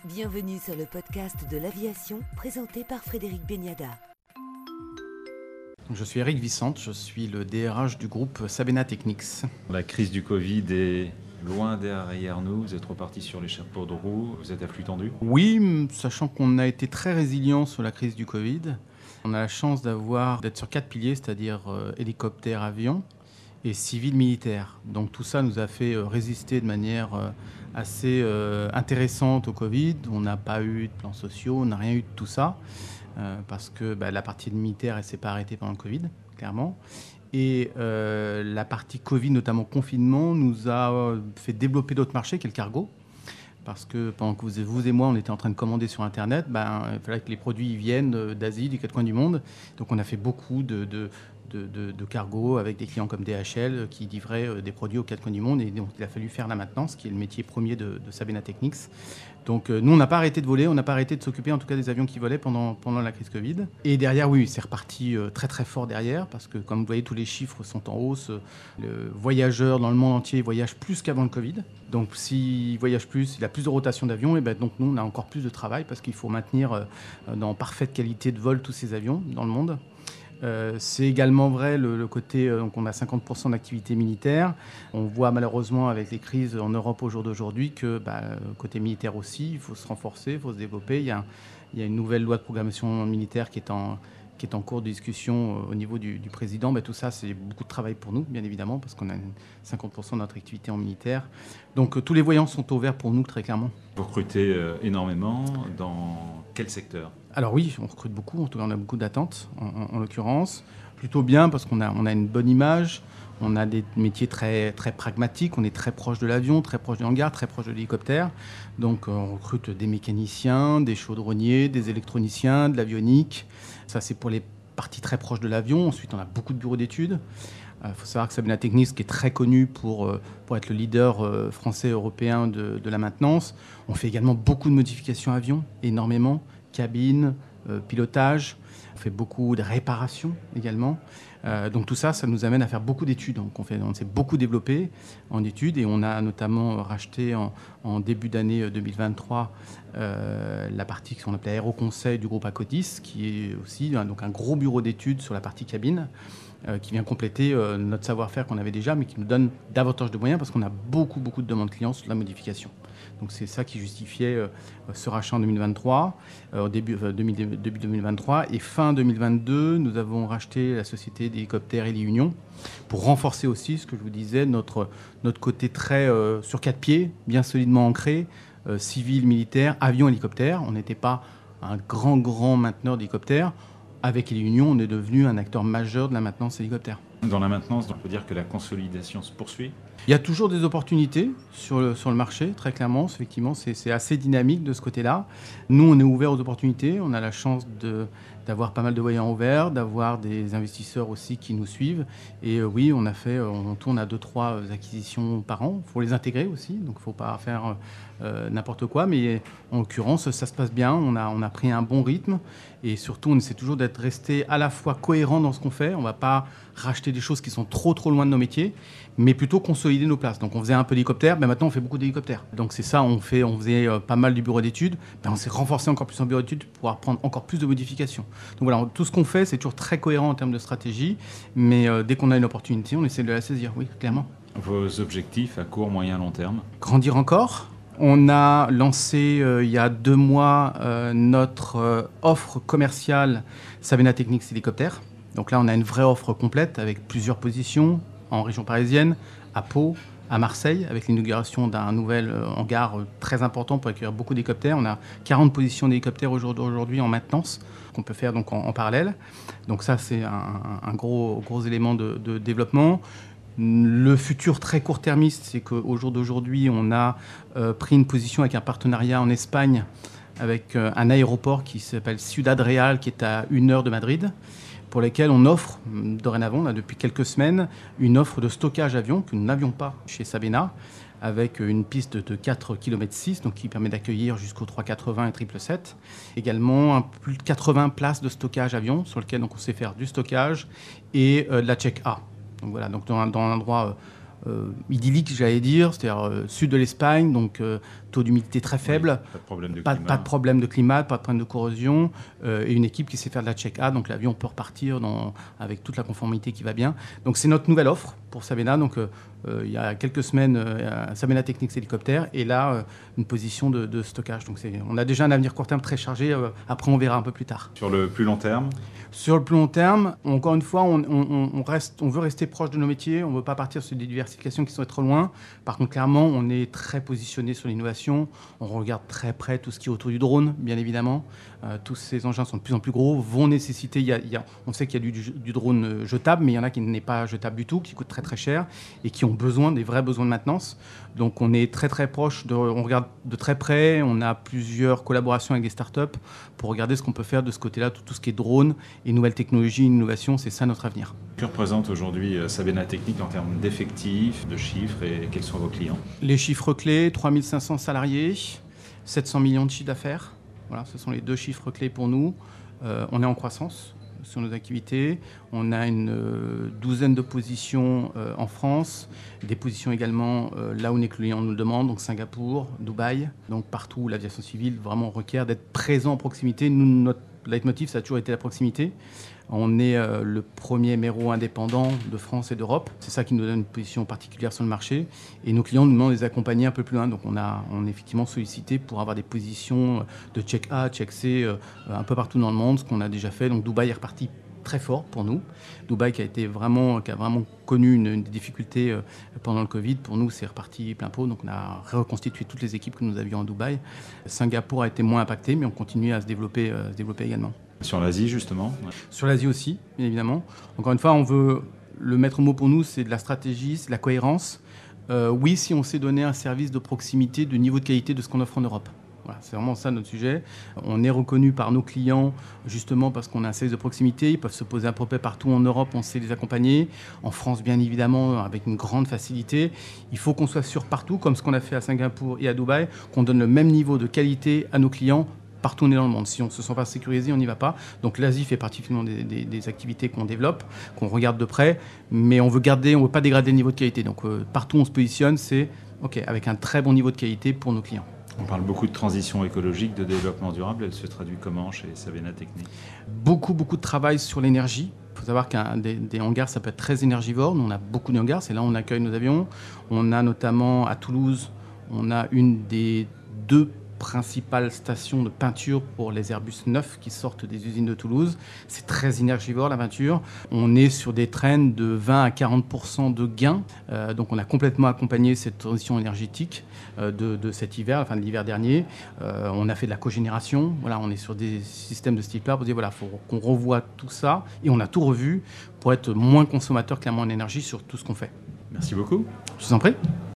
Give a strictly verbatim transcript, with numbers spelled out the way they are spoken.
Bienvenue sur le podcast de l'aviation présenté par Frédéric Beniada. Je suis Eric Vicente, je suis le D R H du groupe Sabena Technics. La crise du Covid est loin derrière nous, vous êtes repartis sur les chapeaux de roue, vous êtes à flux tendu ? Oui, sachant qu'on a été très résilient sur la crise du Covid. On a la chance d'avoir, d'être sur quatre piliers, c'est-à-dire euh, hélicoptère, avion et civil militaire. Donc tout ça nous a fait euh, résister de manière euh, assez euh, intéressante au Covid. On n'a pas eu de plans sociaux, on n'a rien eu de tout ça. Euh, parce que bah, la partie militaire, elle ne s'est pas arrêtée pendant le Covid, clairement. Et euh, la partie Covid, notamment confinement, nous a euh, fait développer d'autres marchés, qu'est le cargo. Parce que pendant que vous, vous et moi, on était en train de commander sur Internet, ben, il fallait que les produits viennent d'Asie, des quatre coins du monde. Donc on a fait beaucoup de, de, de, de, de cargo avec des clients comme D H L qui livraient des produits aux quatre coins du monde. Et donc il a fallu faire la maintenance, qui est le métier premier de, de Sabena Technics. Donc euh, nous, on n'a pas arrêté de voler, on n'a pas arrêté de s'occuper en tout cas des avions qui volaient pendant, pendant la crise Covid. Et derrière, oui, c'est reparti euh, très très fort derrière, parce que comme vous voyez, tous les chiffres sont en hausse. Le voyageur dans le monde entier voyage plus qu'avant le Covid. Donc s'il voyage plus, il a plus de rotation d'avions, et ben, donc nous, on a encore plus de travail, parce qu'il faut maintenir euh, dans parfaite qualité de vol tous ces avions dans le monde. Euh, c'est également vrai le, le côté, euh, donc on a cinquante pour cent d'activité militaire. On voit malheureusement avec les crises en Europe au jour d'aujourd'hui que bah, côté militaire aussi, il faut se renforcer, il faut se développer. Il y a, il y a une nouvelle loi de programmation militaire qui est en, qui est en cours de discussion au niveau du, du président. Bah, tout ça, c'est beaucoup de travail pour nous, bien évidemment, parce qu'on a cinquante pour cent de notre activité en militaire. Donc euh, tous les voyants sont ouverts pour nous, très clairement. Vous recrutez euh, énormément, dans quel secteur ? Alors oui, on recrute beaucoup, en tout cas on a beaucoup d'attentes en, en, en l'occurrence. Plutôt bien parce qu'on a, on a une bonne image, on a des métiers très, très pragmatiques, on est très proche de l'avion, très proche du hangar, très proche de l'hélicoptère. Donc on recrute des mécaniciens, des chaudronniers, des électroniciens, de l'avionique. Ça c'est pour les parties très proches de l'avion. Ensuite on a beaucoup de bureaux d'études. Il faut savoir que Sabena Technics, qui est très connu pour, pour être le leader français et européen de, de la maintenance, on fait également beaucoup de modifications avions, énormément. Cabine, euh, pilotage, on fait beaucoup de réparations également. Euh, donc tout ça, ça nous amène à faire beaucoup d'études. Donc on, fait, on s'est beaucoup développé en études et on a notamment racheté en, en début d'année deux mille vingt-trois euh, la partie qu'on appelait Aéroconseil du groupe Acotis, qui est aussi hein, donc un gros bureau d'études sur la partie cabine, euh, qui vient compléter euh, notre savoir-faire qu'on avait déjà, mais qui nous donne davantage de moyens parce qu'on a beaucoup, beaucoup de demandes clients sur la modification. Donc c'est ça qui justifiait euh, ce rachat en deux mille vingt-trois, euh, au début, euh, début deux mille vingt-trois. Et fin deux mille vingt-deux, nous avons racheté la société d'hélicoptères Heli Union pour renforcer aussi, ce que je vous disais, notre, notre côté très euh, sur quatre pieds, bien solidement ancré, euh, civil, militaire, avion, hélicoptère. On n'était pas un grand, grand mainteneur d'hélicoptères. Avec Heli Union, on est devenu un acteur majeur de la maintenance hélicoptère. Dans la maintenance, on peut dire que la consolidation se poursuit ? Il y a toujours des opportunités sur le, sur le marché, très clairement. Effectivement, c'est, c'est assez dynamique de ce côté-là. Nous, on est ouvert aux opportunités. On a la chance de, d'avoir pas mal de voyants ouverts, d'avoir des investisseurs aussi qui nous suivent. Et euh, oui, on a fait, on tourne à deux, trois acquisitions par an. Il faut les intégrer aussi, donc il ne faut pas faire euh, n'importe quoi. Mais en l'occurrence, ça se passe bien. On a, on a pris un bon rythme. Et surtout, on essaie toujours d'être resté à la fois cohérent dans ce qu'on fait. On ne va pas racheter des choses qui sont trop, trop loin de nos métiers, mais plutôt consolider nos places. Donc on faisait un peu d'hélicoptère, mais maintenant on fait beaucoup d'hélicoptères. Donc c'est ça, on, fait, on faisait euh, pas mal du bureau d'études. Ben, on s'est renforcé encore plus en bureau d'études pour pouvoir prendre encore plus de modifications. Donc voilà, tout ce qu'on fait, c'est toujours très cohérent en termes de stratégie, mais euh, dès qu'on a une opportunité, on essaie de la saisir, oui, clairement. Vos objectifs à court, moyen, long terme ? Grandir encore. On a lancé euh, il y a deux mois euh, notre euh, offre commerciale Sabena Technics Hélicoptère. Donc là, on a une vraie offre complète avec plusieurs positions en région parisienne, à Pau, à Marseille, avec l'inauguration d'un nouvel hangar très important pour accueillir beaucoup d'hélicoptères. On a quarante positions d'hélicoptères aujourd'hui en maintenance qu'on peut faire donc en, en parallèle. Donc ça, c'est un, un gros, gros élément de, de développement. Le futur très court-termiste, c'est qu'au jour d'aujourd'hui, on a euh, pris une position avec un partenariat en Espagne avec euh, un aéroport qui s'appelle Ciudad Real, qui est à une heure de Madrid, pour lesquels on offre, dorénavant, là, depuis quelques semaines, une offre de stockage avion que nous n'avions pas chez Sabena, avec une piste de quatre virgule six kilomètres, donc qui permet d'accueillir jusqu'au trois cent quatre-vingts et triple sept. Également, un, plus de quatre-vingts places de stockage avion, sur lequel donc, on sait faire du stockage et euh, de la check-A. Donc voilà, donc dans, dans un endroit euh, idyllique, j'allais dire, c'est-à-dire euh, sud de l'Espagne, donc euh, taux d'humidité très faible, oui, pas de problème de pas, climat. pas de problème de climat, pas de problème de corrosion, euh, et une équipe qui sait faire de la check-A, donc l'avion peut repartir dans, avec toute la conformité qui va bien. Donc c'est notre nouvelle offre pour Sabena. Donc euh, euh, il y a quelques semaines, euh, Sabena Technics Hélicoptère, et là euh, une position de, de stockage. Donc c'est, on a déjà un avenir court terme très chargé. Euh, après, on verra un peu plus tard. Sur le plus long terme? Sur le plus long terme, encore une fois, on, on, on, reste, on veut rester proche de nos métiers. On ne veut pas partir sur des diversifications qui sont trop loin. Par contre, clairement, on est très positionné sur l'innovation. On regarde très près tout ce qui est autour du drone, bien évidemment. Euh, tous ces engins sont de plus en plus gros, vont nécessiter... Il y a, il y a, on sait qu'il y a du, du drone jetable, mais il y en a qui n'est pas jetable du tout, qui coûte très très cher et qui ont besoin, des vrais besoins de maintenance. Donc on est très très proche, de, on regarde de très près. On a plusieurs collaborations avec des startups pour regarder ce qu'on peut faire de ce côté-là, tout, tout ce qui est drone et nouvelles technologies, innovation, c'est ça notre avenir. Que représente aujourd'hui Sabena Technics en termes d'effectifs, de chiffres, et quels sont vos clients? Les chiffres clés, trois mille cinq cents salariés, sept cents millions de chiffre d'affaires. Voilà, ce sont les deux chiffres clés pour nous. Euh, on est en croissance sur nos activités. On a une euh, douzaine de positions euh, en France, des positions également euh, là où les clients nous le demandent, donc Singapour, Dubaï, donc partout où l'aviation civile vraiment requiert d'être présent en proximité. Nous, notre leitmotiv, ça a toujours été la proximité. On est euh, le premier M R O indépendant de France et d'Europe. C'est ça qui nous donne une position particulière sur le marché. Et nos clients nous demandent de les accompagner un peu plus loin. Donc on, a, on est effectivement sollicité pour avoir des positions de check A, check C, euh, un peu partout dans le monde, ce qu'on a déjà fait. Donc Dubaï est reparti très fort pour nous. Dubaï qui a, été vraiment, qui a vraiment connu une, une difficulté euh, pendant le Covid. Pour nous, c'est reparti plein pot. Donc on a reconstitué toutes les équipes que nous avions à Dubaï. Singapour a été moins impacté, mais on continue à se développer, euh, se développer également. Sur l'Asie, justement? Sur l'Asie aussi, bien évidemment. Encore une fois, on veut, le maître mot pour nous, c'est de la stratégie, c'est de la cohérence. Euh, oui, si on sait donner un service de proximité, de niveau de qualité de ce qu'on offre en Europe. Voilà, c'est vraiment ça notre sujet. On est reconnu par nos clients justement parce qu'on a un service de proximité. Ils peuvent se poser à peu près partout en Europe, on sait les accompagner. En France, bien évidemment, avec une grande facilité. Il faut qu'on soit sûr partout, comme ce qu'on a fait à Singapour et à Dubaï, qu'on donne le même niveau de qualité à nos clients partout où on est dans le monde. Si on ne se sent pas sécurisé, on n'y va pas. Donc l'Asie fait partie finalement des, des, des activités qu'on développe, qu'on regarde de près, mais on veut garder, on ne veut pas dégrader le niveau de qualité. Donc euh, partout où on se positionne, c'est okay, avec un très bon niveau de qualité pour nos clients. On parle beaucoup de transition écologique, de développement durable. Elle se traduit comment chez Sabena Technics? Beaucoup, beaucoup de travail sur l'énergie. Il faut savoir qu'un des, des hangars, ça peut être très énergivore. Nous, on a beaucoup de hangars. C'est là où on accueille nos avions. On a notamment à Toulouse, on a une des deux principale station de peinture pour les Airbus neufs qui sortent des usines de Toulouse. C'est très énergivore la peinture. On est sur des trends de vingt à quarante pour cent de gains. Euh, donc on a complètement accompagné cette transition énergétique euh, de, de cet hiver, enfin de l'hiver dernier. Euh, on a fait de la cogénération. Voilà, on est sur des systèmes de ce type-là. Pour dire voilà, faut qu'on revoie tout ça et on a tout revu pour être moins consommateur clairement en énergie sur tout ce qu'on fait. Merci beaucoup. Je vous en prie.